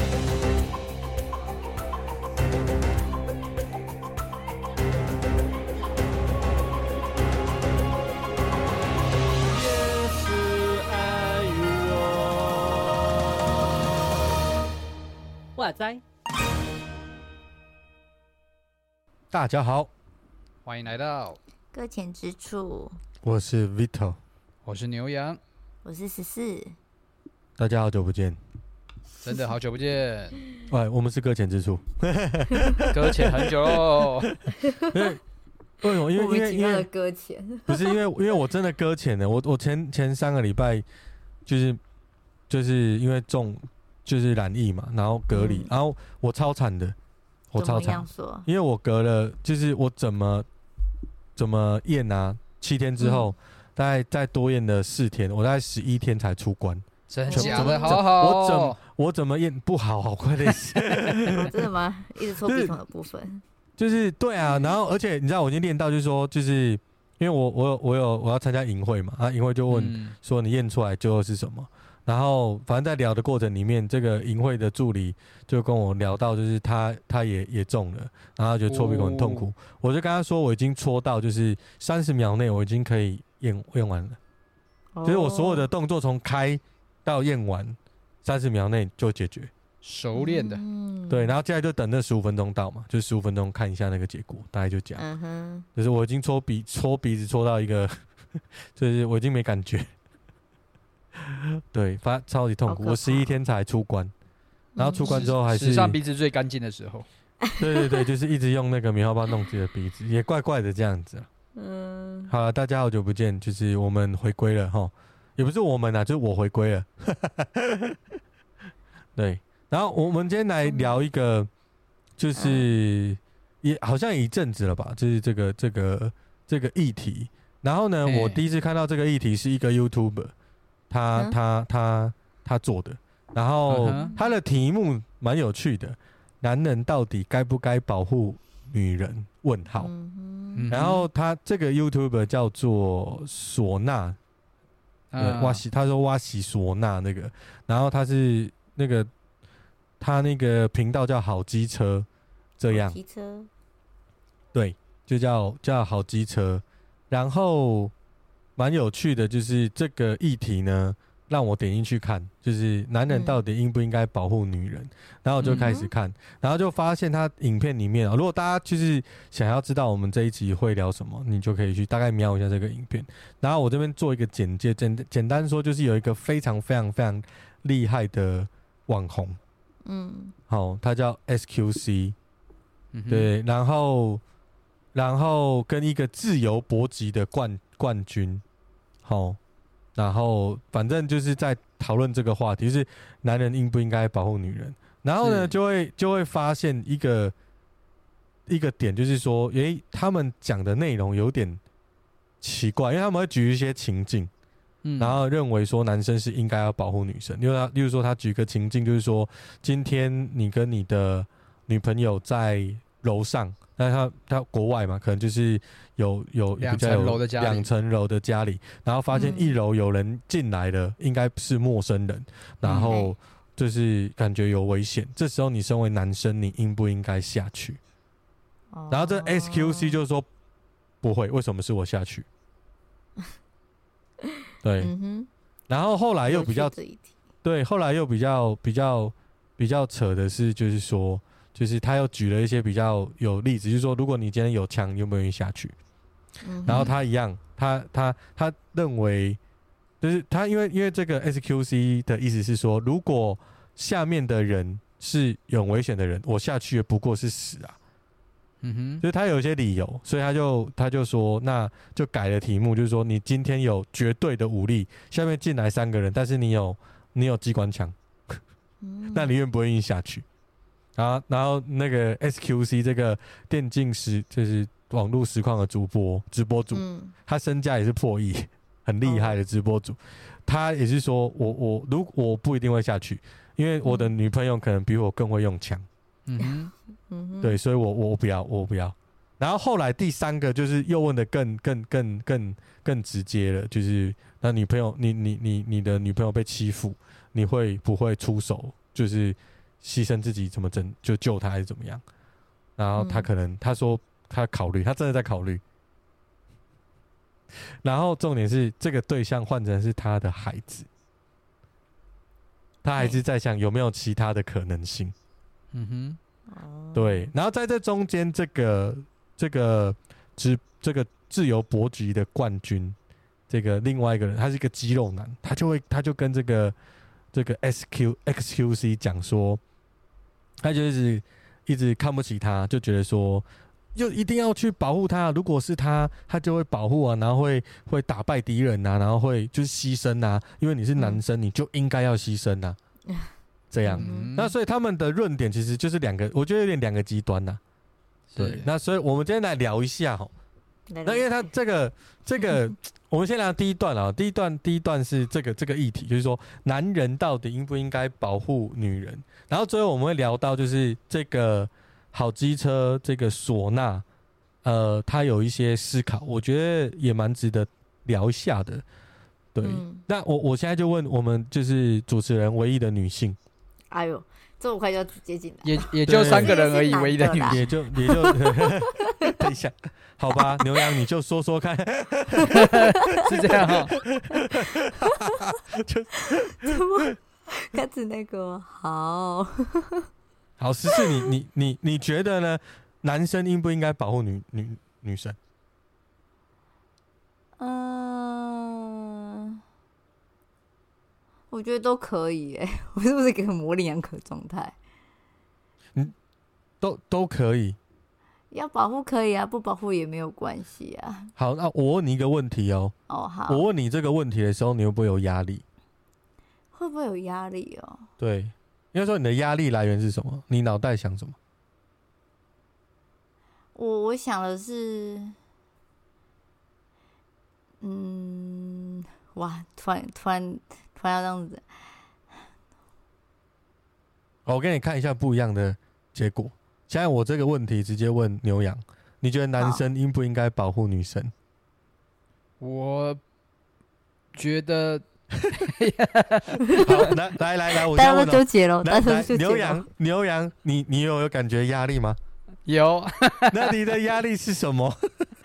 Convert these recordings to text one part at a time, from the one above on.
哇塞！ 大家好， 欢迎来到搁浅之处， 我是 Vito， 我是牛羊， 我是14。 大家好久不见， 真的好久不见， 喂，我们是搁浅之处， 搁浅很久喽。 为什么？因莫名其妙的为搁浅， 不是因为我真的搁浅了，我前3个礼拜就是因为就是染疫嘛，然后隔离，然后我超惨的，我超惨，因为我隔了，就是我怎么验啊，7天之后，大概再多验了4天，我大概11天才出关。 真假的好好， 我怎么验不好，好快累死。 真的吗？一直抽鼻孔的部分， 就是对啊，然后而且你知道，我已经练到，就是说，就是因为我要参加营会嘛，啊，营会就问说你验出来最后是什么。然后反正在聊的过程里面，这个营会的助理就跟我聊到，就是他也中了，然后他觉得搓鼻孔很痛苦，我就跟他说我已经搓到就是30秒内我已经可以验完了，就是我所有的动作从开到验完30秒内就解决， 熟练的， 对，然后接下来就等那15分钟到嘛，就15分钟看一下那个结果，大概就这样，就是我已经搓鼻子搓到一个，就是我已经没感觉。对，超级痛苦。我11天才出关，然后出关之后还是史上鼻子最干净的时候。 对，就是一直用那个棉花棒弄自己的鼻子，也怪怪的这样子。好了，大家好久不见，就是我们回归了齁，也不是我们啊，就是我回归了。对，然后我们今天来聊一个，就是也好像一阵子了吧，就是这个议题。然后呢，我第一次看到这个议题是一个 YouTuber。他做的，然后他的题目蛮有趣的，男人到底该不该保护女人？问号。然后他这个 YouTuber 叫做唢呐，他说哇西唢呐那个，然后他是那个他那个频道叫好机车，这样， 机车， 对，就叫好机车，然后。蛮有趣的，就是这个议题呢，让我点进去看，就是男人到底应不应该保护女人，然后我就开始看，然后就发现他影片里面，如果大家就是想要知道我们这一集会聊什么，你就可以去大概瞄一下这个影片，然后我这边做一个简介，简单说就是有一个非常非常非常厉害的网红，好，他叫 SQC，对，然后跟一个自由搏击的冠军。好，然后反正就是在讨论这个话题，就是男人应不应该保护女人。然后呢，就会发现一个点，就是说，他们讲的内容有点奇怪，因为他们会举一些情境，然后认为说男生是应该要保护女生。例如说，他举个情境，就是说，今天你跟你的女朋友在楼上。那他国外嘛，可能就是有 2层楼的家里，2 层楼的家里，然后发现1楼有人进来了，应该是陌生人，然后就是感觉有危险。这时候你身为男生，你应不应该下去？然后这 SQC 就说不会，为什么是我下去？对，然后后来又比较对，后来又比较扯的是，就是说。就是他又举了一些比较有例子，就是说，如果你今天有枪，你愿不愿意下去？然后他一样，他认为，就是他因为这个 SQC 的意思是说，如果下面的人是有危险的人，我下去不过是死啊。就是他有一些理由，所以他就说，那就改了题目，就是说，你今天有绝对的武力，下面进来3个人，但是你有机关枪，那你愿不愿意下去？然后那个 SQC 这个电竞就是网络实况的直播主，他身价也是破亿，很厉害的直播主。他也是说我不一定会下去，因为我的女朋友可能比我更会用枪。对，所以我不要。然后后来第3个就是又问的更直接了，就是那女朋友你的女朋友被欺负，你会不会出手？就是牺牲自己怎么就救他还是怎么样，然后他可能他说他考虑，他真的在考虑，然后重点是这个对象换成是他的孩子，他还是在想有没有其他的可能性。对，然后在这中间这个自由搏击的冠军，这个另外一个人，他是一个肌肉男，他就跟这个 XQC 讲说，他就一直看不起他，就觉得说，就一定要去保护他，如果是他就会保护啊，然后会打败敌人啊，然后会就是牺牲啊，因为你是男生，你就应该要牺牲啊，这样。那所以他们的论点其实就是我觉得有点两个极端呐。对，那所以我们今天来聊一下哈。那因为他这个，我们先聊第一段啊。第一段是这个议题，就是说男人到底应不应该保护女人。然后最后我们会聊到就是这个好机车这个唢呐，他有一些思考，我觉得也蛮值得聊一下的。对，那我现在就问我们就是主持人唯一的女性。 哎呦，这么快就要接进来， 也就3个人而已，唯一的女性， 也就等一下，好吧，牛羊你就说说看， 是这样哈、 怎么开始那个好 14，你觉得呢？男生应不应该保护女生？ 我觉得都可以耶。我是不是一个模棱两可状态？ 都可以。 要保护可以啊，不保护也没有关系啊。 好，那我问你一个问题哦。 好。 我问你这个问题的时候，你会不会有压力？ 会不会有压力哦？ 对，应该说你的压力来源是什么？你脑袋想什么？ 我想的是，哇，突然要这样子。 我给你看一下不一样的结果。现在我这个问题直接问牛羊，你觉得男生应不应该保护女生？我觉得， 好，来，我大家都先问纠结了， 牛羊，你有感觉压力吗？ 有。 那你的压力是什么？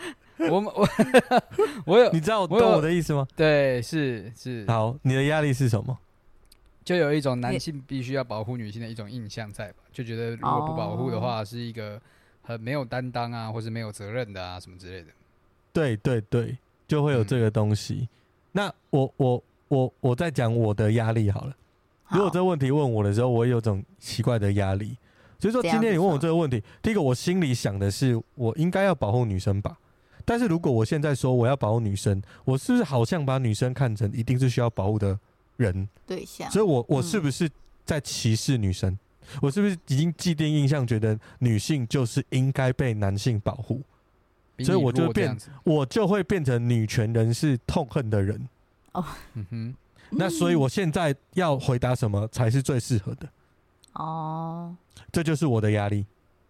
我有， 你知道我懂我的意思吗？ 对，是。 好，你的压力是什么？ 就有一种男性必须要保护女性的一种印象在吧？就觉得如果不保护的话，是一个很没有担当啊，或是没有责任的啊，什么之类的。 对，就会有这个东西。那我在讲我的压力好了。如果这个问题问我的时候，我也有种奇怪的压力。所以说，今天你问我这个问题，第一个我心里想的是，我应该要保护女生吧。但是如果我现在说我要保护女生，我是不是好像把女生看成一定是需要保护的人对象？ 所以我是不是在歧视女生？我是不是已经既定印象觉得女性就是应该被男性保护？所以我就会变成女权人士痛恨的人。那所以我现在要回答什么才是最适合的？这就是我的压力。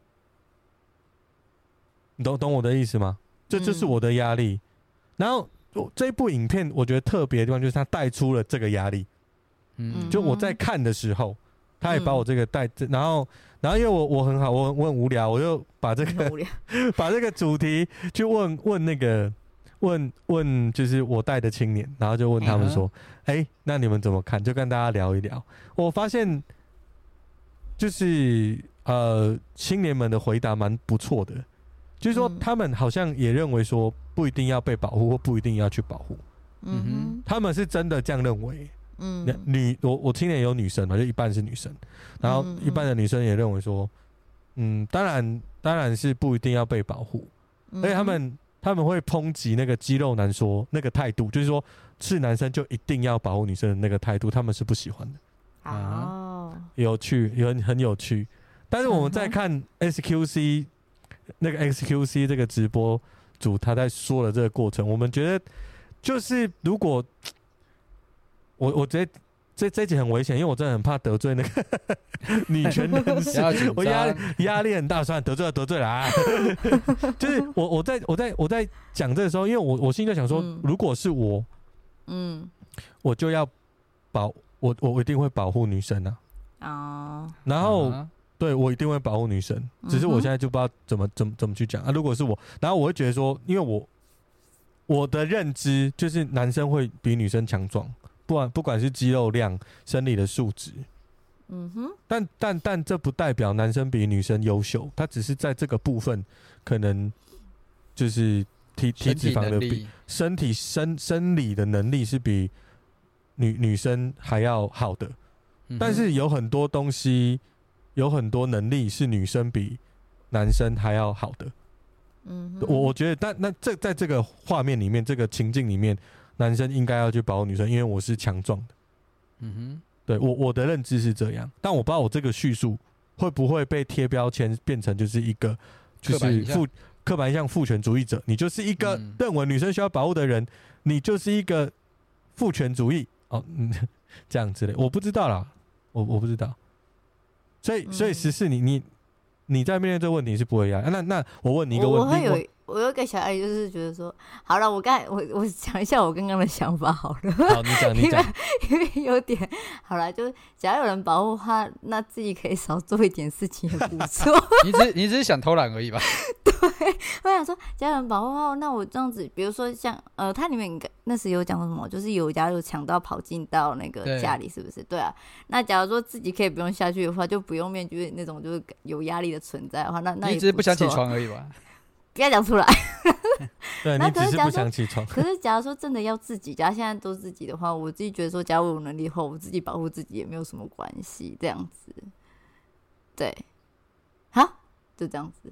你懂我的意思吗？这就是我的压力。然后这部影片我觉得特别的地方就是它带出了这个压力。就我在看的时候，他也把我这个带，然后因为我很好，我很无聊，我就把这个主题去问那个问就是我带的青年，然后就问他们说，那你们怎么看？就跟大家聊一聊。我发现就是青年们的回答蛮不错的，就是说他们好像也认为说不一定要被保护或不一定要去保护。他们是真的这样认为。我青年有女生嘛，就一半是女生，然后一半的女生也认为说，当然是不一定要被保护，而且他们会抨击那个肌肉男说那个态度，就是说是男生就一定要保护女生的那个态度，他们是不喜欢的。有趣，很有趣。但是我们在看 XQC 那个 XQC 这个直播主他在说的这个过程，我们觉得就是如果。我觉得这集很危险，因为我真的很怕得罪那个女权人士，我压力很大，算了，得罪了啊！就是我在讲这个时候，因为我心里在想说，如果是我就要我一定会保护女生啊。 然后对我一定会保护女生，只是我现在就不知道怎么去讲啊。如果是我，然后我会觉得说，因为我的认知就是男生会比女生强壮，不管是肌肉量、生理的素质。但这不代表男生比女生优秀，他只是在这个部分可能就是体脂肪的比身体生理的能力是比女生还要好的，但是有很多东西，有很多能力是女生比男生还要好的。我觉得，那在这个画面里面，这个情境里面，男生应该要去保护女生，因为我是强壮的。对，我的认知是这样，但我不知道我这个叙述会不会被贴标签，变成就是一个就是刻板印象父权主义者，你就是一个认为女生需要保护的人，你就是一个父权主义这样之类，我不知道啦，我不知道，所以14你在面对这个问题是不会一样。那我问你一个问题， 我有一个小爱，就是觉得说，好了，我讲一下我刚刚的想法好了。 好，你讲， 因为有点好了，就是假如有人保护他，那自己可以少做一点事情也不错。 你只是想偷懒而已吧？ 对，我想说，假如有人保护他，那我这样子，比如说像它里面那时有讲什么，就是有强盗跑进到那个家里，是不是？对啊。那假如说自己可以不用下去的话，就不用面对那种就是有压力的存在的话，那你只是不想起床而已吧？ 不要讲出来。 对，你只是不想起床。 可是假如说真的要自己，假如现在都自己的话，我自己觉得说，假如我有能力的话，我自己保护自己也没有什么关系，这样子。对，好，就这样子。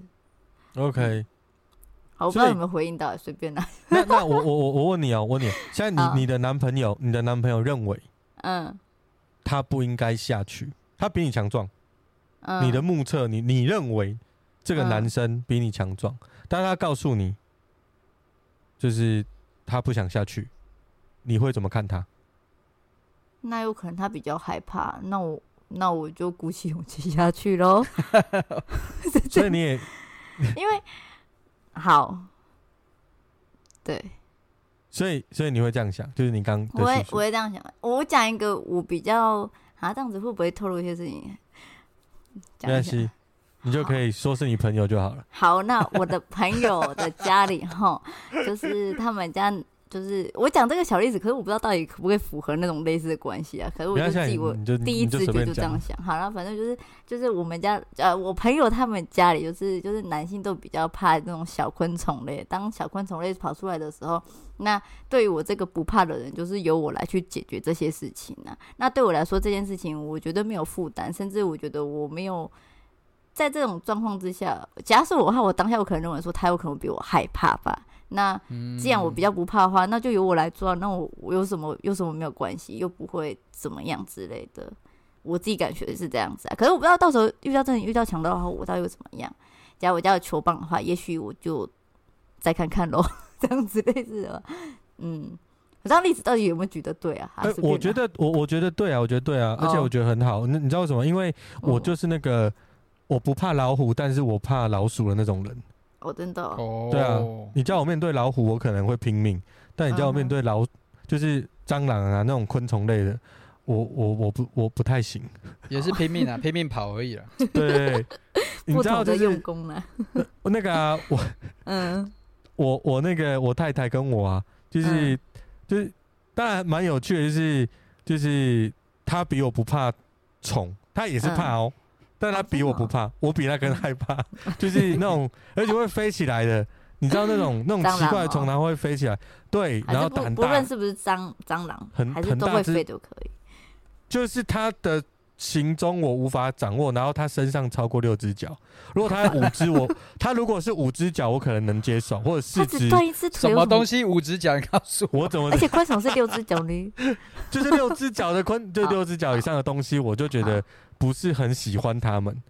OK。 好，我不知道有没有回应到，随便啦。 那我问你哦，现在你的男朋友认为，他不应该下去，他比你强壮，你的目测，你认为这个男生比你强壮，但他告诉你，就是他不想下去，你会怎么看他？ 那有可能他比较害怕，那我就鼓起勇气下去咯。 所以你也因为好，对， 所以你会这样想，就是你刚我会这样想。我讲一个我比较这样子会不会透露一些事情？ 没关系。你就可以说是你朋友就好了。 好，那我的朋友的家里就是他们家，就是我讲这个小例子，可是我不知道到底可不可以符合那种类似的关系啊。可是我就自己我第一直觉就这样想。好，然后反正就是我们家我朋友他们家里就是男性都比较怕那种小昆虫类。当小昆虫类跑出来的时候，那对于我这个不怕的人，就是由我来去解决这些事情啊。那对我来说这件事情，我觉得没有负担，甚至我觉得我没有。在这种状况之下，假设我当下我可能认为说他有可能比我害怕吧。那既然我比较不怕的话，那就由我来做。那我有什么没有关系，又不会怎么样之类的。我自己感觉是这样子啊。可是我不知道到时候遇到强盗的话，我到底会怎么样。假如我家有球棒的话，也许我就再看看咯，这样子类似的。我这样例子到底有没有举得对啊？ 我觉得对啊，我觉得对啊，而且我觉得很好。你知道为什么？因为我就是那个。我不怕老虎，但是我怕老鼠的那种人。 真的。 对啊，你叫我面对老虎，我可能会拼命；但你叫我面对就是蟑螂啊那种昆虫类的，我不太行。 也是拼命啊，拼命跑而已啦。 对，你知道就是用功呢。 那个啊，我那个我太太跟我啊，就是当然蛮有趣的，就是她比我不怕虫，她也是怕哦。但他比我不怕，我比他更害怕，就是那种而且会飞起来的，你知道那种奇怪的虫，然后会飞起来，对，然后胆大， 不论是不是蟑螂，还是都会飞都可以。 就是它的行踪我无法掌握，然后它身上超过6只脚，如果它有5只，它如果是5只脚，我可能能接受，或者4只。 它只断一只腿， 什么东西5只脚？你告诉我怎么？ 而且昆虫是6只脚呢？ 就是6只脚的就6只脚以上的东西，我就觉得。不是很喜欢他们。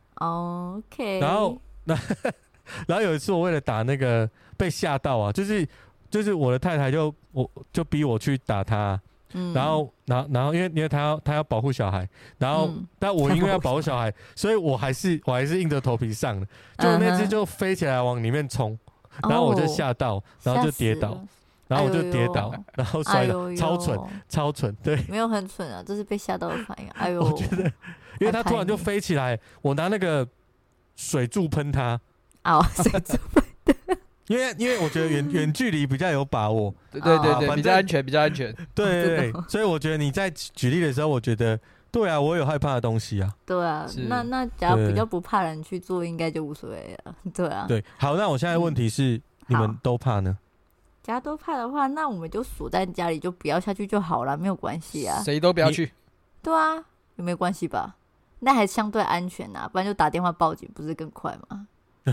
OK。 然后有一次我为了打那个被吓到啊，就是我的太太就逼我去打他，然后因为他要保护小孩，然后但我因为要保护小孩，所以我还是硬着头皮上了，就那只就飞起来往里面冲，然后我就吓到，然后就跌倒。 然后我就跌倒，然后摔倒，超蠢，对， 没有很蠢啊，这是被吓到的反应。哎呦， 我觉得，因为他突然就飞起来，我拿那个水柱喷他， 水柱喷的。 因为我觉得远距离比较有把握， 对，比较安全，比较安全。 对，所以我觉得你在举例的时候，我觉得对啊，我有害怕的东西啊。 对啊，那假如比较不怕人去做，应该就无所谓了。对啊。 对，好，那我现在问题是，你们都怕呢？ 假如都怕的话，那我们就锁在家里，就不要下去就好了，没有关系啊。 谁都不要去。 对啊，有没有关系吧？那还相对安全啊，不然就打电话报警，不是更快吗？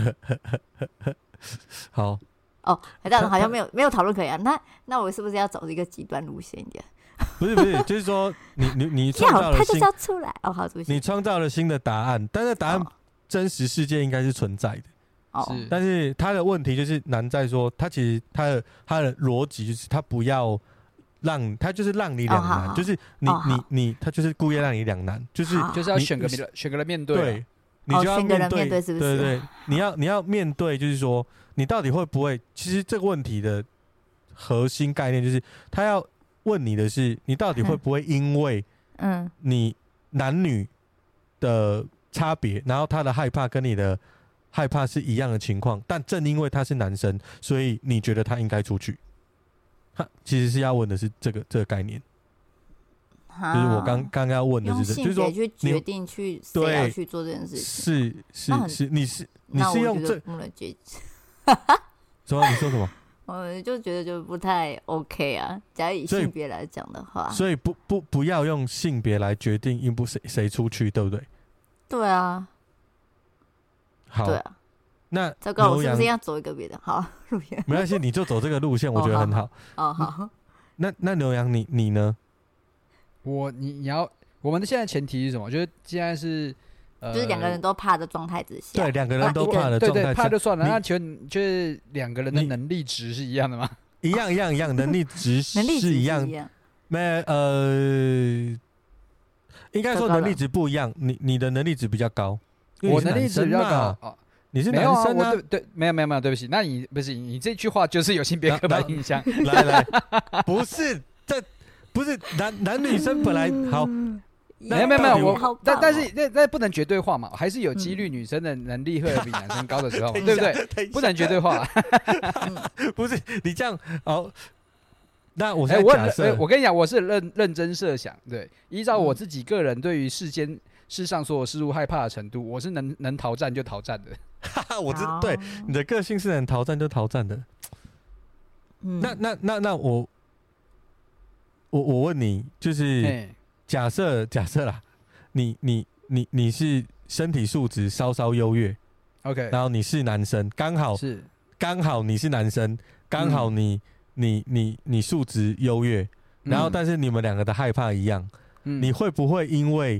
好哦，这样好像没有讨论可以啊。那我是不是要走一个极端路线一点？ 不是，就是说你创造了他就是要出来哦，好， 你创造了新的答案，但是答案真实世界应该是存在的。 是， 但是他的问题就是难在说，他其实他的逻辑就是他不要他就是让你两难，就是他就是故意让你两难，就是要选个人面对。 对。你就要面对，是不是？ 对，你要面对，就是说，你到底会不会？其实这个问题的核心概念就是，他要问你的是，你到底会不会因为你男女的差别，然后他的害怕跟你的害怕是一样的情况，但正因为他是男生，所以你觉得他应该出去。他其实是要问的是这个概念。就是我刚刚要问的是，就是说去决定去谁要去做这件事情， 是，你是用这不能决什么？你说什么？ 我就觉得就不太 OK 啊。假如以性别来讲的话， 所以不要用性别来决定应不谁出去，对不对？ 对啊， 好， 对啊。 那糟糕，我是不是要走一个别的？好，路线没关系，你就走这个路线，我觉得很好。 好。 那牛羊，你呢？ 我们的现在前提是什么？就是现在是就是两个人都怕的状态之下， 对，两个人都怕的状态下， 对，怕就算了。那就是两个人的能力值是一样的吗？ 一样，能力值是一样。应该说能力值不一样。你的能力值比较高， 我能力值比较高。 你是男生啊？ 没有，对不起。那你不是你这句话就是有性别刻板印象。 来，不是这。不是男女生本来好， 没有，但是那不能绝对化嘛，还是有几率女生的能力会比男生高的时候，对不对？不能绝对化。 不是你这样哦。那我现在假设， 我跟你讲，我是认真设想，对，依照我自己个人对于世上所有事物害怕的程度，我是能逃战就逃战的。 我对你的个性是能逃战就逃战的。那我问你，就是假设啦，你是身体素质稍稍优越 ，OK， 然后你是男生，刚好你是男生，刚好你素质优越，然后但是你们两个的害怕一样，你会不会因为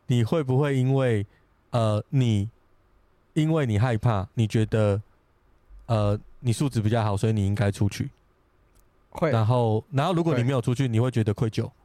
你害怕，你觉得你素质比较好，所以你应该出去？ 会， 然后如果你没有出去，你会觉得愧疚？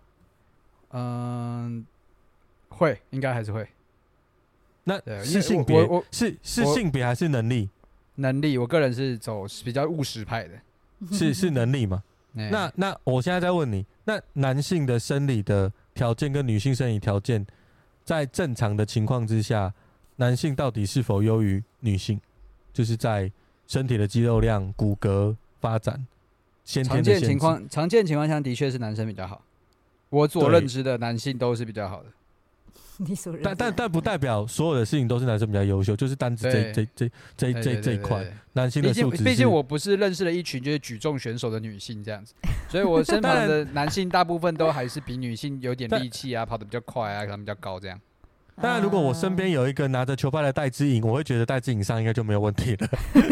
会，应该还是会。 那是性别，是性别还是能力？ 能力，我个人是走比较务实派的。 是能力嘛？那我现在在问你，那男性的生理的条件跟女性生理条件，在正常的情况之下，男性到底是否优于女性？就是在身体的肌肉量、骨骼发展。 常见情况下的确是男生比较好，我所认知的男性都是比较好的。 你所认知但不代表所有的事情都是男生比较优秀，就是单指这一块，男性的素质。 毕竟我不是认识了一群就是举重选手的女性这样子，所以我身旁的男性大部分都还是比女性有点力气啊，跑得比较快啊，可能比较高这样。 当然，如果我身边有一个拿着球拍的戴资颖，我会觉得戴资颖上应该就没有问题了。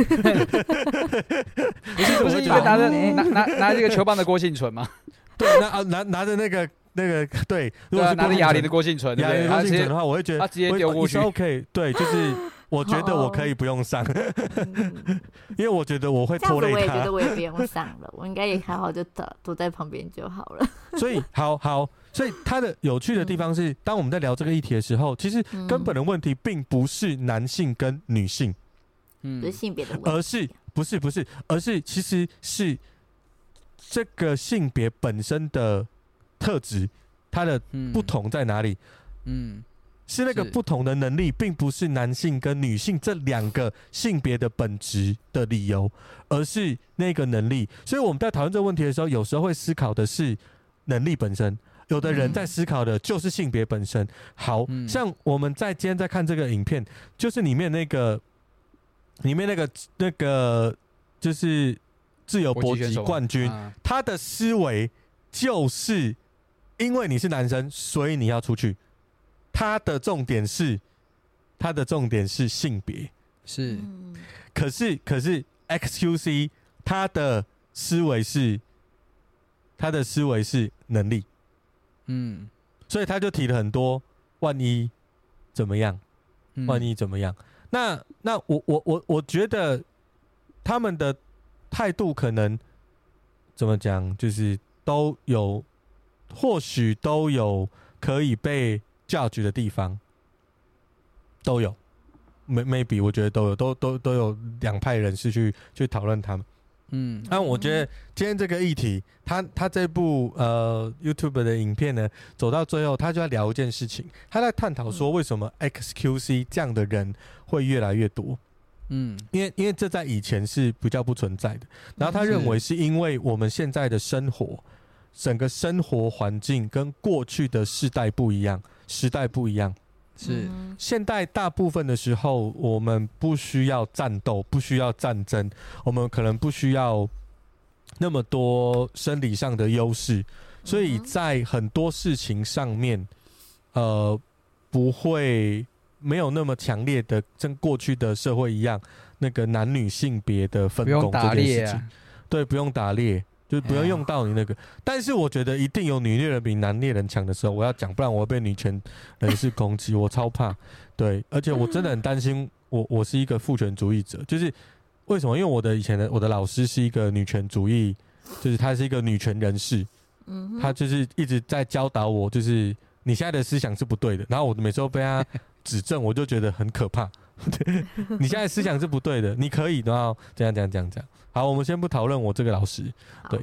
不是一个拿这个球棒的郭婞淳吗？ 对，拿着那个对，如果是拿着哑铃的郭婞淳， 哑铃的郭婞淳的话，我会觉得他直接丢过去。 OK， 对，就是我觉得我可以不用上，因为我觉得我会拖累他。 我也觉得我也不用上了，我应该也好好就躲在旁边就好了。 所以所以它的有趣的地方是，当我们在聊这个议题的时候，其实根本的问题并不是男性跟女性， 不是性别的问题， 而是不是，而是其实是这个性别本身的特质，它的不同在哪里？是那个不同的能力，并不是男性跟女性这两个性别的本质的理由，而是那个能力。所以我们在讨论这个问题的时候，有时候会思考的是能力本身，有的人在思考的就是性别本身。好像我们今天在看这个影片，就是里面那个就是自由搏击冠军，他的思维就是因为你是男生，所以你要出去。他的重点是性别， 是。 可是 XQC 他的思维是能力，所以他就提了很多万一怎么样，那我觉得他们的态度可能怎么讲，就是都有，或许都有可以被judge 的地方，都有 ，maybe 我觉得都有两派人士去讨论他们。那我觉得今天这个议题，他这部YouTube 的影片呢，走到最后，他就在聊一件事情，他在探讨说为什么 XQC 这样的人会越来越多。因为这在以前是比较不存在的。然后他认为是因为我们现在的生活，整个生活环境跟过去的时代不一样。是现代大部分的时候，我们不需要战斗，不需要战争，我们可能不需要那么多生理上的优势，所以在很多事情上面，不会没有那么强烈的跟过去的社会一样，那个男女性别的分工这件事情，对，不用打猎。就不要用到你那个，但是我觉得一定有女猎人比男猎人强的时候，我要讲，不然我会被女权人士攻击，我超怕。对，而且我真的很担心，我是一个父权主义者，就是为什么？因为我的老师是一个女权主义，就是他是一个女权人士，他就是一直在教导我，就是你现在的思想是不对的，然后我每次都被他指正，我就觉得很可怕。你现在思想是不对的，你可以，然后这样。好，我们先不讨论我这个老师。对，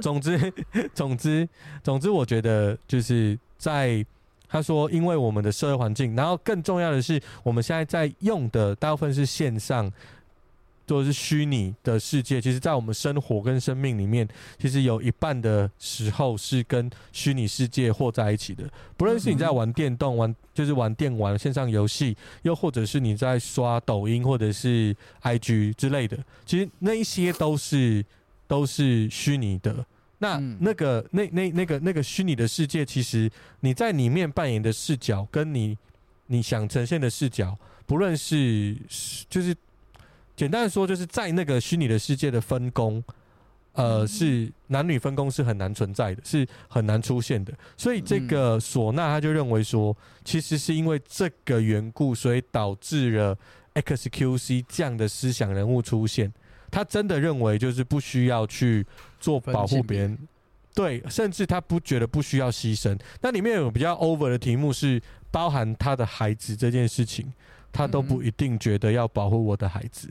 总之，我觉得就是在他说，因为我们的社会环境，然后更重要的是，我们现在在用的大部分是线上，或者是虚拟的世界。其实，在我们生活跟生命里面，其实有一半的时候是跟虚拟世界和在一起的。不论是你在玩电动、就是玩电玩、线上游戏，又或者是你在刷抖音或者是 IG 之类的，其实那一些都是虚拟的。那个虚拟的世界，其实你在里面扮演的视角，跟你想呈现的视角，不论是就是简单的说，就是在那个虚拟的世界的分工，是男女分工是很难存在的，是很难出现的。所以这个唢呐他就认为说，其实是因为这个缘故，所以导致了 XQC 这样的思想人物出现。他真的认为就是不需要去做保护别人，对，甚至他不觉得不需要牺牲。那里面有比较 over 的题目是包含他的孩子这件事情，他都不一定觉得要保护我的孩子。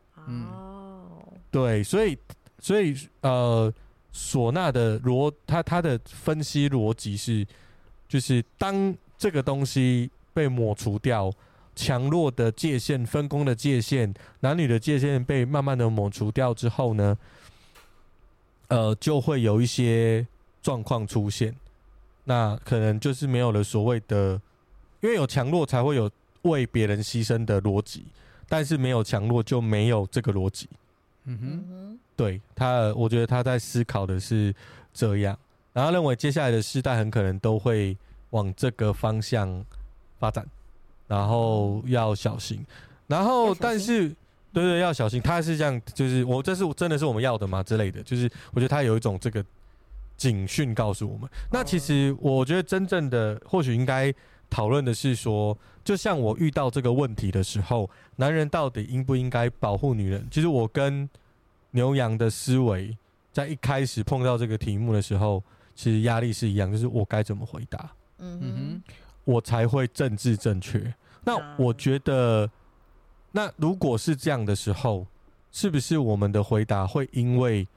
对，所以唢呐的他的分析逻辑是，就是当这个东西被抹除掉，强弱的界限、分工的界限、男女的界限被慢慢的抹除掉之后呢，就会有一些状况出现。那可能就是没有了所谓的，因为有强弱才会有为别人牺牲的逻辑，但是没有强弱就没有这个逻辑。对他，我觉得他在思考的是这样，然后认为接下来的世代很可能都会往这个方向发展。然后要小心，然后但是对要小心，他是这样，就是这是真的是我们要的吗之类的，就是我觉得他有一种这个警讯告诉我们。那其实我觉得真正的或许应该讨论的是说，就像我遇到这个问题的时候，男人到底应不应该保护女人？其实我跟牛羊的思维在一开始碰到这个题目的时候，其实压力是一样，就是我该怎么回答。我才会政治正确。那我觉得，那如果是这样的时候，是不是我们的回答会因为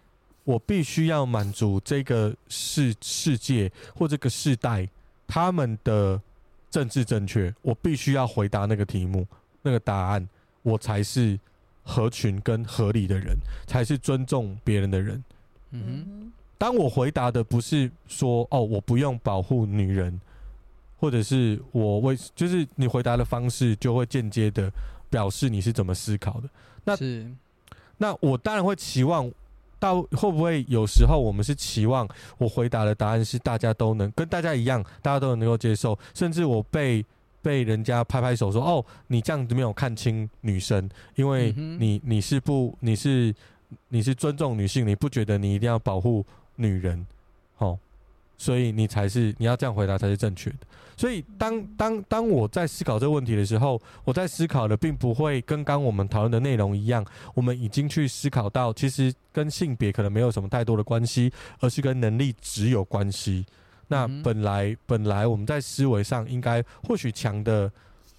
我必须要满足这个世界或这个世代他们的政治正确，我必须要回答那个题目那个答案，我才是合群跟合理的人，才是尊重别人的人。当我回答的不是说我不用保护女人，或者是就是你回答的方式就会间接的表示你是怎么思考的。那我当然会期望会不会有时候我们是期望我回答的答案是大家都能跟大家一样，大家都能够接受，甚至我被人家拍拍手说你这样子没有看清女生，因为你是尊重女性，你不觉得你一定要保护女人，所以你要这样回答才是正确的。所以当我在思考这个问题的时候，我在思考的并不会跟刚我们讨论的内容一样，我们已经去思考到其实跟性别可能没有什么太多的关系，而是跟能力值有关系。那本来我们在思维上应该或许强的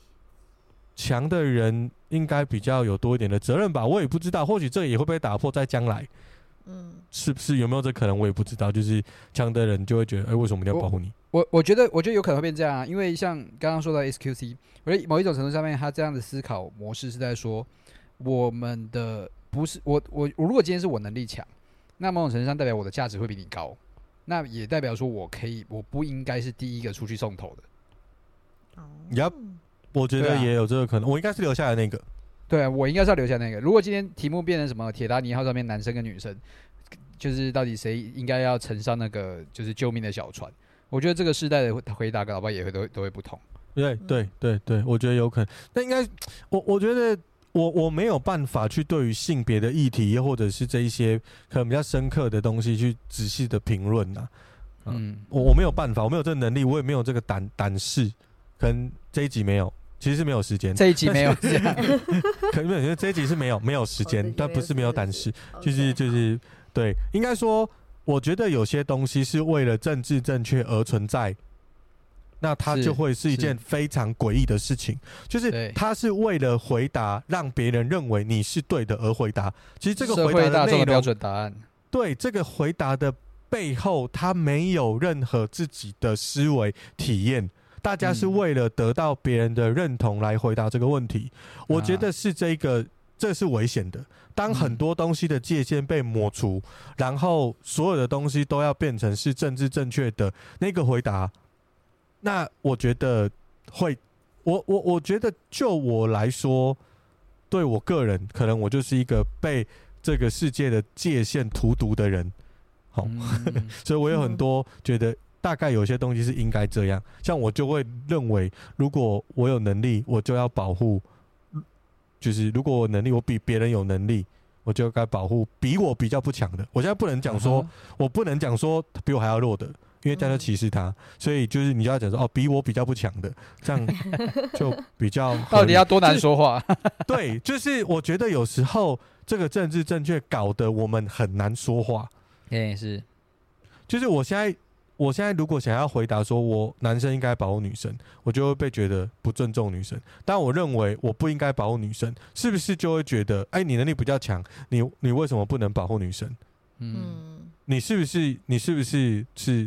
人应该比较有多一点的责任吧，我也不知道，或许这也会被打破在将来。是不是有没有这可能我也不知道，就是强的人就会觉得为什么一定要保护你。 我觉得有可能会变这样因为像刚刚说到 SQC， 我觉得某一种程度上面他这样的思考模式是在说我们的不是我如果今天是我能力强，那某种程度上代表我的价值会比你高，那也代表说我不应该是第一个出去送头的。 我觉得也有这个可能，我应该是留下来那个。 对啊，我应该是要留下那个。如果今天题目变成什么铁达尼号上面男生跟女生，就是到底谁应该要乘上那个就是救命的小船，我觉得这个世代的回答搞不好也都会不同。 对，我觉得有可能。那应该我觉得我没有办法去对于性别的议题或者是这一些可能比较深刻的东西去仔细的评论我没有办法，我没有这个能力，我也没有这个胆识，可能这一集没有。其实是没有时间， 这一集没有这样， 可能因为这一集是没有时间，但不是没有胆识，就是对，应该说，我觉得有些东西是为了政治正确而存在，那它就会是一件非常诡异的事情，就是它是为了回答让别人认为你是对的而回答，其实这个回答的内容，社会大众的标准答案， 对这个回答的背后，它没有任何自己的思维体验。大家是为了得到别人的认同来回答这个问题，我觉得是这是危险的。当很多东西的界限被抹除，然后所有的东西都要变成是政治正确的那个回答，那我觉得我觉得就我来说，对我个人，可能我就是一个被这个世界的界限荼毒的人，所以我有很多觉得。大概有些东西是应该这样，像我就会认为，如果我有能力，我就要保护，就是如果我能力我比别人有能力，我就该保护比我比较不强的。我现在不能讲说，我不能讲说比我还要弱的，因为这样就歧视他。所以就是你就要讲说，比我比较不强的，这样就比较到底要多难说话？ 对，就是我觉得有时候这个政治正确搞得我们很难说话。 是， 就是我现在如果想要回答说我男生应该保护女生，我就会被觉得不尊重女生。但我认为我不应该保护女生，是不是就会觉得你能力比较强，你为什么不能保护女生？你是不是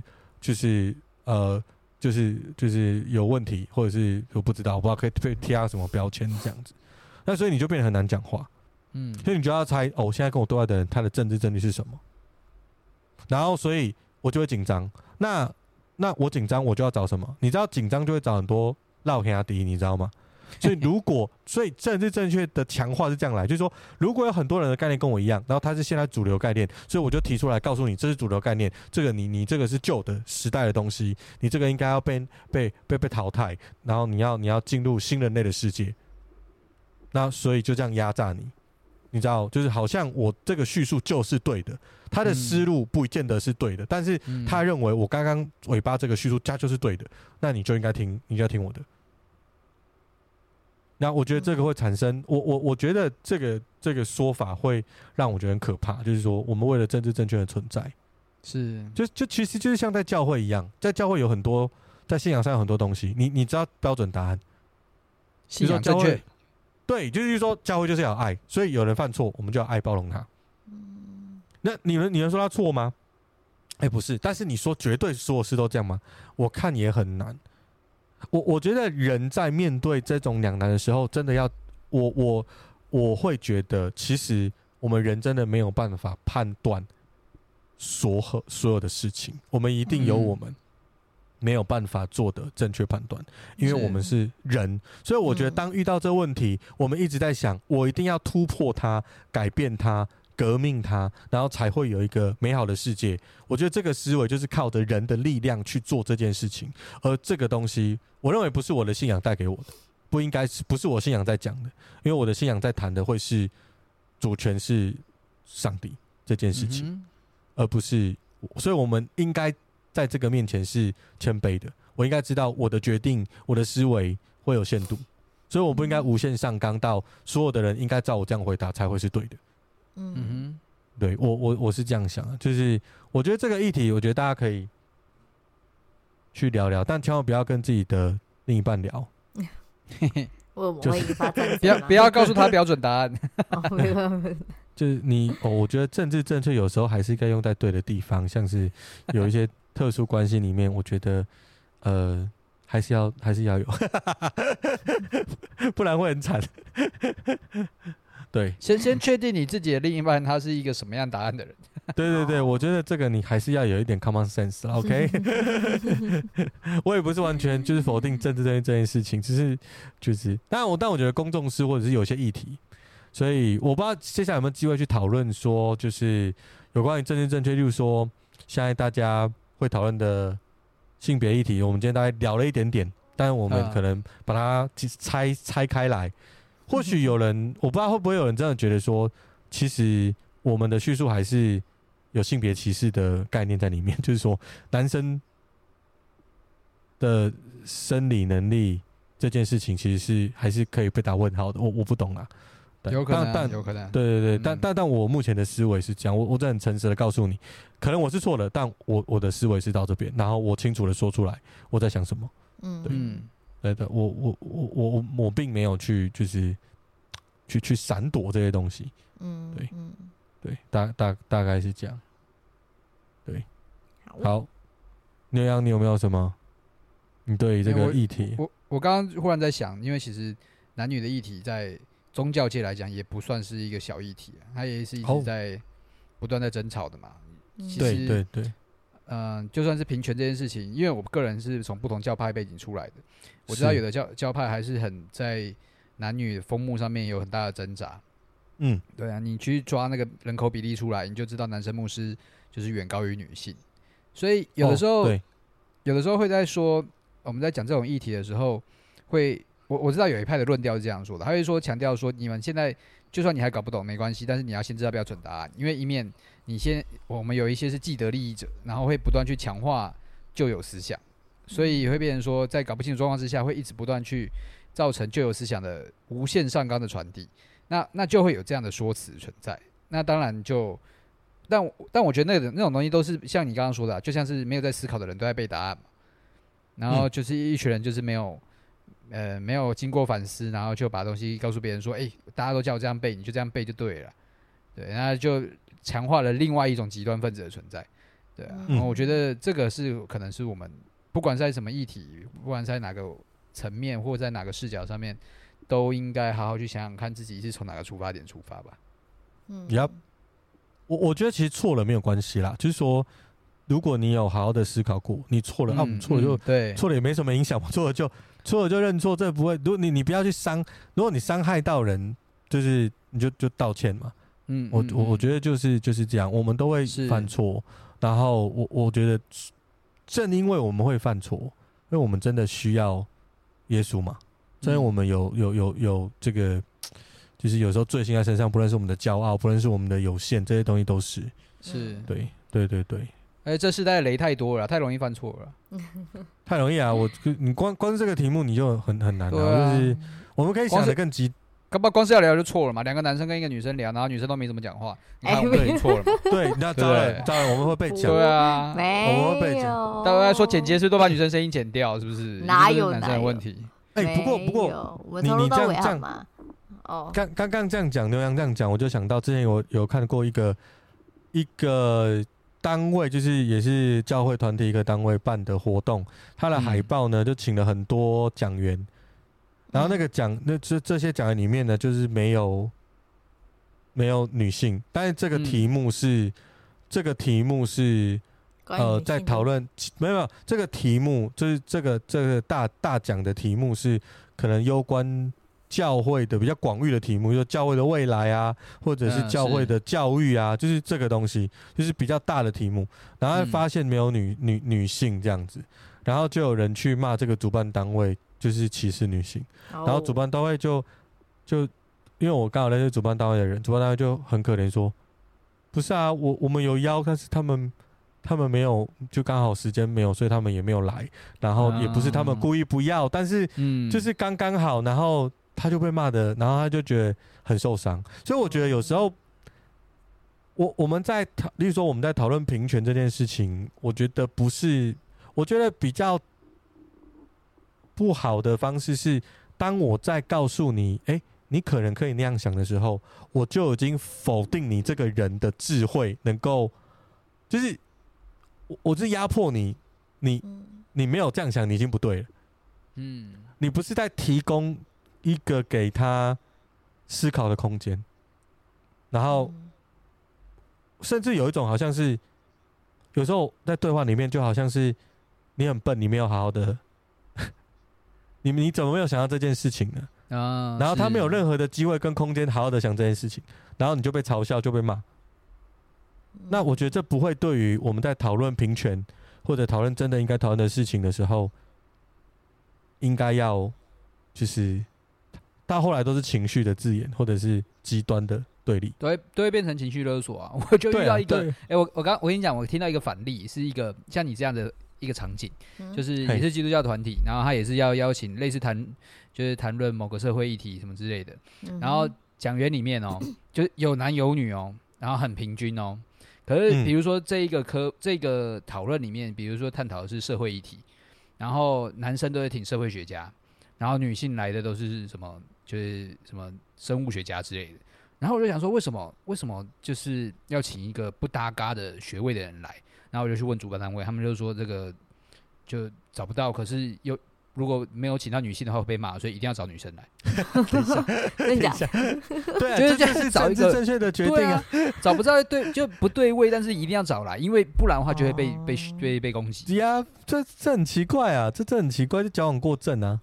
就是有问题，或者是我不知道，我不知道可以被贴上什么标签这样子。那所以你就变得很难讲话。所以你就要猜现在跟我对话的人他的政治正确是什么，然后所以我就会紧张。那我紧张，我就要找什么？你知道紧张就会找很多落兄弟，你知道吗？所以政治正确的强化是这样来，就是说，如果有很多人的概念跟我一样，然后它是现在主流概念，所以我就提出来告诉你，这是主流概念，这个你这个是旧的时代的东西，你这个应该要被淘汰，然后你要进入新人类的世界。那所以就这样压榨你。你知道，就是好像我这个叙述就是对的，他的思路不见得是对的，但是他认为我刚刚尾巴这个叙述它就是对的，那你就应该听，你就要听我的。那我觉得这个会产生，我觉得这个说法会让我觉得很可怕，就是说我们为了政治正确的存在，就其实就是像在教会一样，在教会有很多在信仰上有很多东西，你知道标准答案， 信仰正确。 对，就是说教会就是要爱，所以有人犯错，我们就要爱包容他。 那你们说他错吗？不是，但是你说绝对所有事都这样吗？我看也很难。我觉得人在面对这种两难的时候，真的要我会觉得，其实我们人真的没有办法判断所有的事情，我们一定有我们没有办法做的正确判断，因为我们是人，所以我觉得当遇到这个问题，我们一直在想，我一定要突破它、改变它、革命它，然后才会有一个美好的世界。我觉得这个思维就是靠着人的力量去做这件事情，而这个东西，我认为不是我的信仰带给我的，不是我信仰在讲的，因为我的信仰在谈的会是主权是上帝这件事情，而不是，所以我们应该在这个面前是谦卑的。我应该知道我的决定、我的思维会有限度，所以我不应该无限上纲到所有的人应该照我这样回答才会是对的。对，我是这样想的，就是我觉得这个议题，我觉得大家可以去聊聊，但千万不要跟自己的另一半聊。 我会引发战争，不要告诉他标准答案。 就是我觉得政治正确有时候还是应该用在对的地方，像是有一些特殊关系里面，我觉得还是要有，不然会很惨。对， 先确定你自己的另一半他是一个什么样答案的人。 对，我觉得这个你还是要有一点 common sense 啦 ，OK？ 我也不是完全就是否定政治这件事情，只是但我觉得公众事或者是有些议题，所以我不知道接下来有没有机会去讨论说，就是有关于政治正确，例如说现在大家会讨论的性别议题，我们今天大概聊了一点点，但我们可能把它拆开来。或许有人，我不知道会不会有人真的觉得说，其实我们的叙述还是有性别歧视的概念在里面，就是说男生的生理能力这件事情，其实还是可以被打问号的。我不懂啦， 有可能，有可能， 对，但我目前的思维是这样，我真的很诚实的告诉你，可能我是错的，但我的思维是到这边，然后我清楚的说出来我在想什么。对，我并没有去就是去闪躲这些东西。对，大概是这样。对，好，牛羊，你有没有什么？你对这个议题？ 我刚刚忽然在想，因为其实男女的议题在宗教界来讲也不算是一个小议题，它也是一直在不断在争吵的嘛。 对。 就算是平权这件事情，因为我个人是从不同教派背景出来的，我知道有的教派还是很在男女封目上面有很大的挣扎。对啊，你去抓那个人口比例出来，你就知道男生牧师就是远高于女性，所以有的时候会在说，我们在讲这种议题的时候，我知道有一派的论调是这样说的，他会说强调说，你们现在就算你还搞不懂没关系，但是你要先知道标准答案，因为一面我们有一些是既得利益者，然后会不断去强化旧有思想，所以会变成说，在搞不清楚状况之下，会一直不断去造成旧有思想的无限上纲的传递，那就会有这样的说辞存在。那当然但我觉得那种东西都是像你刚刚说的，就像是没有在思考的人都在背答案嘛，然后就是一群人就是没有经过反思，然后就把东西告诉别人说，大家都叫我这样背，你就这样背就对了，对，那就强化了另外一种极端分子的存在，对啊。我觉得这个可能是我们不管在什么议题，不管在哪个层面或在哪个视角上面，都应该好好去想想看自己是从哪个出发点出发吧。 我觉得其实错了没有关系啦，就是说，如果你有好好的思考过，你错了，错了就对，错了也没什么影响，错了就认错，这不会。如果你不要去如果你伤害到人，就是你就道歉嘛。我觉得就是这样，我们都会犯错，然后我觉得正因为我们会犯错，因为我们真的需要耶稣嘛，正因为我们有这个。就是有时候罪行在身上，不论是我们的骄傲，不论是我们的有限，这些东西都是对。 这世代的雷太多了，太容易犯错了， 太容易啊！你光这个题目你就很难就是我们可以想得更极， 光是要聊就错了嘛。两个男生跟一个女生聊，然后女生都没怎么讲话，你看我们已经错了嘛？ 对，那糟了，我们会被讲。 对啊， 我们会被讲。 大家说剪接是都把女生声音剪掉，是不是？ 哪有男生的问题？ 不过你这样嘛。刚这样讲，牛羊这样讲，我就想到之前有看过一个一个单位，就是也是教会团体一个单位办的活动，他的海报呢就请了很多讲员，然后那个这些讲员里面呢，就是没有女性，但是这个题目是在讨论没有这个题目，就是这个大讲的题目是可能攸关教会的比较广域的题目，就是教会的未来啊，或者是教会的教育啊，就是这个东西，就是比较大的题目。然后发现没有女性这样子，然后就有人去骂这个主办单位就是歧视女性，然后主办单位就因为我刚好认识主办单位的人，主办单位就很可怜说，不是啊，我们有邀，但是他们没有，就刚好时间没有，所以他们也没有来。然后也不是他们故意不要，但是就是刚刚好，然后他就被骂的，然后他就觉得很受伤。所以我觉得有时候，我们在例如说我们在讨论平权这件事情，我觉得比较不好的方式是，当我在告诉你，你可能可以那样想的时候，我就已经否定你这个人的智慧，能够就是我是压迫你没有这样想，你已经不对了。你不是在提供一个给他思考的空间，然后甚至有一种好像是有时候在对话里面就好像是你很笨，你没有好好的你怎么没有想到这件事情呢？然后他没有任何的机会跟空间好好的想这件事情，然后你就被嘲笑，就被骂。那我觉得这不会对于我们在讨论平权或者讨论真的应该讨论的事情的时候，应该要就是到后来都是情绪的字眼或者是极端的对立， 都会变成情绪勒索啊！我就遇到一个，我跟你讲，我听到一个反例，是一个像你这样的一个场景，就是也是基督教团体，然后他也是要邀请类似就是谈论某个社会议题什么之类的，然后讲员里面就有男有女然后很平均可是比如说这个讨论里面，比如说探讨的是社会议题，然后男生都会挺社会学家，然后女性来的都是什么就是什么生物学家之类的，然后我就想说为什么就是要请一个不搭嘎的学位的人来，然后我就去问主办单位，他们就说这个就找不到，可是如果没有请到女性的话会被骂，所以一定要找女生来。 真的假？ 对啊，就是这是政治正确的决定啊。 找不到就不对位，但是一定要找来，因为不然的话就会被攻击。 呀，这很奇怪啊，这很奇怪，就矫枉过正啊。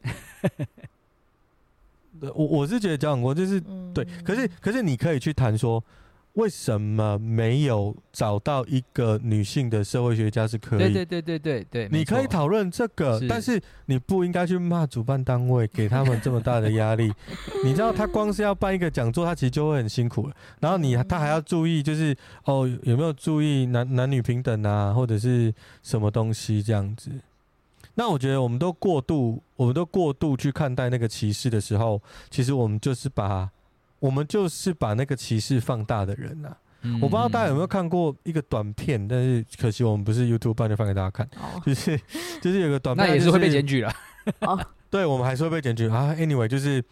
我是觉得矫枉过就是对，可是你可以去谈说，为什么没有找到一个女性的社会学家是可以？ 对， 你可以讨论这个，但是你不应该去骂主办单位，给他们这么大的压力。你知道，他光是要办一个讲座，他其实就会很辛苦了。然后他还要注意，就是有没有注意男女平等啊，或者是什么东西这样子。那我觉得我们都过度去看待那个歧视的时候，其实我们就是把那个歧视放大的人啊。我不知道大家有没有看过一个短片，但是可惜我们不是 YouTube 就放给大家看。就是有个短片， 那也是会被检举了。 对，我们还是会被检举啊。Anyway， 就是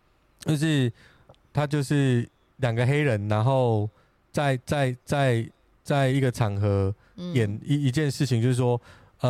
他就是两个黑人，然后在一个场合演一件事情，就是说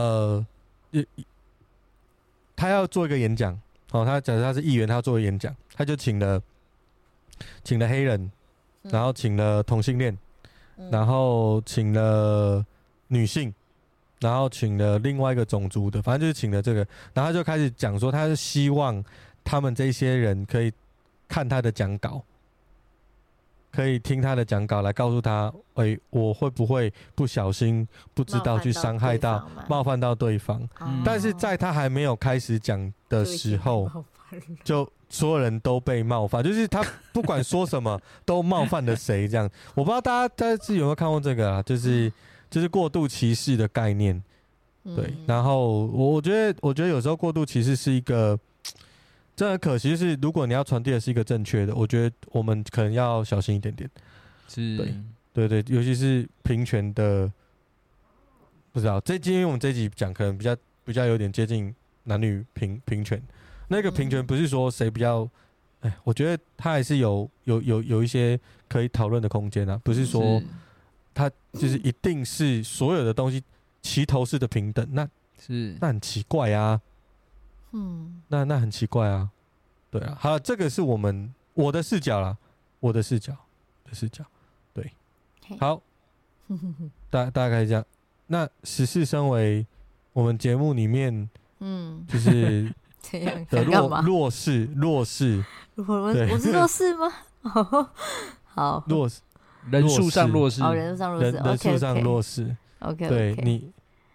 他要做一个演讲。他假设他是议员，他要做一个演讲，他就请了黑人，然后请了同性恋，然后请了女性，然后请了另外一个种族的，反正就是请了这个，然后他就开始讲说，他是希望他们这些人可以看他的讲稿，可以听他的讲稿来告诉他，我会不会不小心不知道去伤害到冒犯到对方。但是在他还没有开始讲的时候，就所有人都被冒犯，就是他不管说什么都冒犯了谁这样。我不知道大家有没有看过这个啊，就是过度歧视的概念。对，然后我觉得有时候过度歧视是一个真的很可惜，就是如果你要传递的是一个正确的，我觉得我们可能要小心一点点。对，尤其是平权的，不知道因为我们这一集讲可能比较有点接近男女平权。那个平权不是说谁比较，我觉得他还是有一些可以讨论的空间啊，不是说它就是一定是所有的东西齐头式的平等，那很奇怪啊。那很奇怪啊。对啊，好，这个是我的视角啦，我的视角，对，好，大概这样。那14身为我们节目里面，就是的弱势， 我是弱势吗？好， 人数上弱势， 人数上弱势，OK， 对你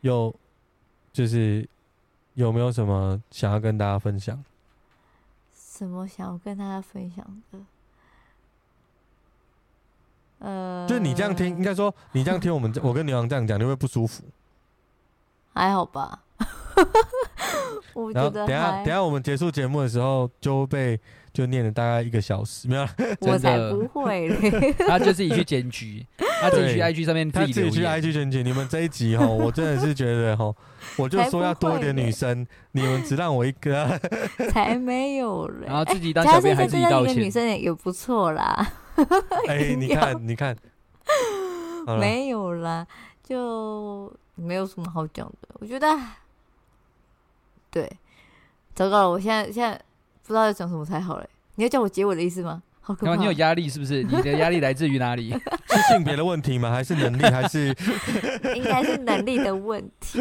就是有没有什么想要跟大家分享？ 什么想要跟大家分享的？ 就是你这样听，应该说你这样听我跟牛郎这样讲，你会不会不舒服？ 还好吧。我觉得等下我们结束节目的时候就念了大概1个小时，没有？ 我才不会嘞！ 他就自己去检举，他自己去 IG 上面自己留言， 他自己去 IG 检举。你们这一集我真的是觉得我就说要多一点女生，你们只让我一个， 才没有嘞！ 然后自己当小编还自己道歉， 女生也不错啦。 你看， 没有啦，就没有什么好讲的。我觉得，对，糟糕了，我现在不知道要讲什么才好嘞。你要叫我结尾的意思吗？好可怕！ 你有压力是不是？你的压力来自于哪里？ 是性别的问题吗？还是能力？还是应该是能力的问题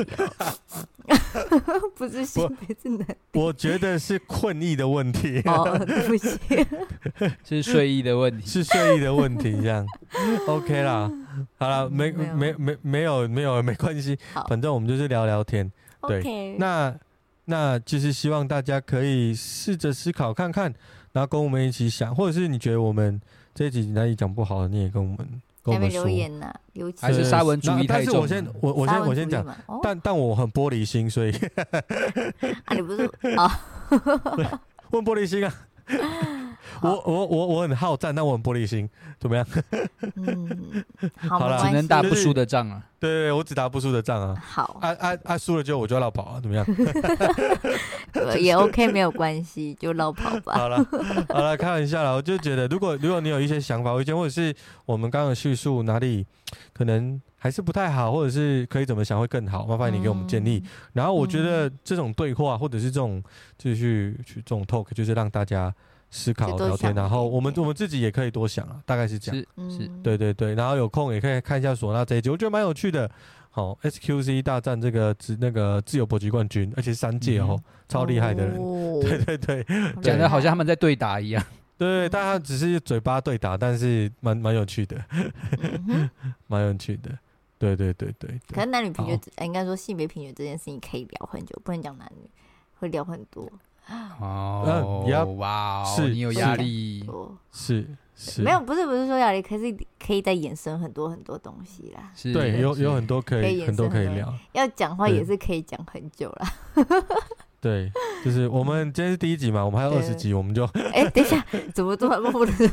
不是性别，是能力。 我觉得是困意的问题。 对不起， 是睡意的问题， 是睡意的问题。这样 OK 啦，好了，没有没关系，反正我们就是聊聊天。对， okay. 那就是希望大家可以试着思考看看，然后跟我们一起想，或者是你觉得我们这一集哪里讲不好的，你也跟我们说。 留言呐， 还是沙文主义太重。 但是我先讲，但我很玻璃心，所以你不是我很玻璃心啊。我很好战，但我很玻璃心，怎么样？ 好了，只能打不输的仗啊。 对，我只打不输的仗啊。 好， 输了我就要绕跑啊，怎么样？ 也 OK， 没有关系，就绕跑吧。 好了，开玩笑啦。我就觉得，如果你有一些想法、意见，或者是我们刚刚的叙述哪里可能还是不太好，或者是可以怎么想会更好，麻烦你给我们建议。然后我觉得这种对话，或者是这种就是去这种 talk， 就是让大家思考聊天，然后我们自己也可以多想啊，大概是这样。 是， 对，然后有空也可以看一下唢呐这一集，我觉得蛮有趣的。好 ，SQC 大战这个自由搏击冠军，而且是3届超厉害的人。对， 讲的好像他们在对打一样。 对，大家只是嘴巴对打，但是蛮有趣的，蛮有趣的。对。 可是男女平权，应该说性别平权这件事情可以聊很久，不能讲男女，会聊很多。 哇，是你有压力， 是没有，不是说压力，可是可以再衍生很多很多东西啦。 对，有很多可以聊， 要讲话也是可以讲很久啦。 对，就是我们今天是第1集嘛，我们还有20集，我们就等一下，怎么突然不能？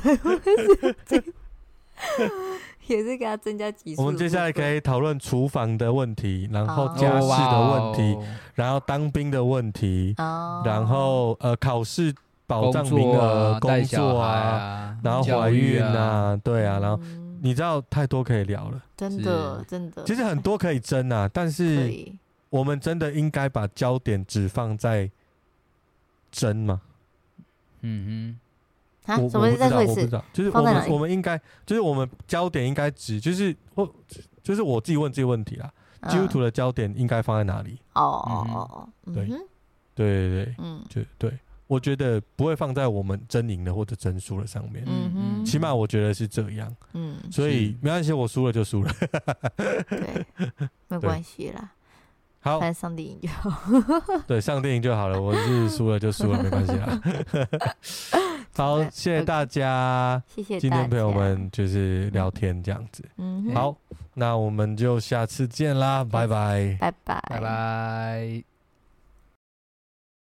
也是给他增加集数。 我们接下来可以讨论厨房的问题，然后家事的问题，然后当兵的问题，然后考试保障名额、工作啊，然后怀孕啊，对啊，然后你知道太多可以聊了， 真的。 其实很多可以争啊，但是我们真的应该把焦点只放在争吗？ 什么是再说一次？ 我不知道，就是我们应该，就是我们焦点应该就是我自己问这个问题啦。基督徒的焦点应该放在哪里？对，对，我觉得不会放在我们争赢的或者争输的上面。起码我觉得是这样。所以没关系，我输了就输了。 对，没关系啦。 好， 反正上电影就好。 对，上电影就好了。我是输了就输了，没关系啦。好，谢谢大家， 谢谢今天陪我们就是聊天这样子。好，那我们就下次见啦，拜拜， 拜拜， 拜拜。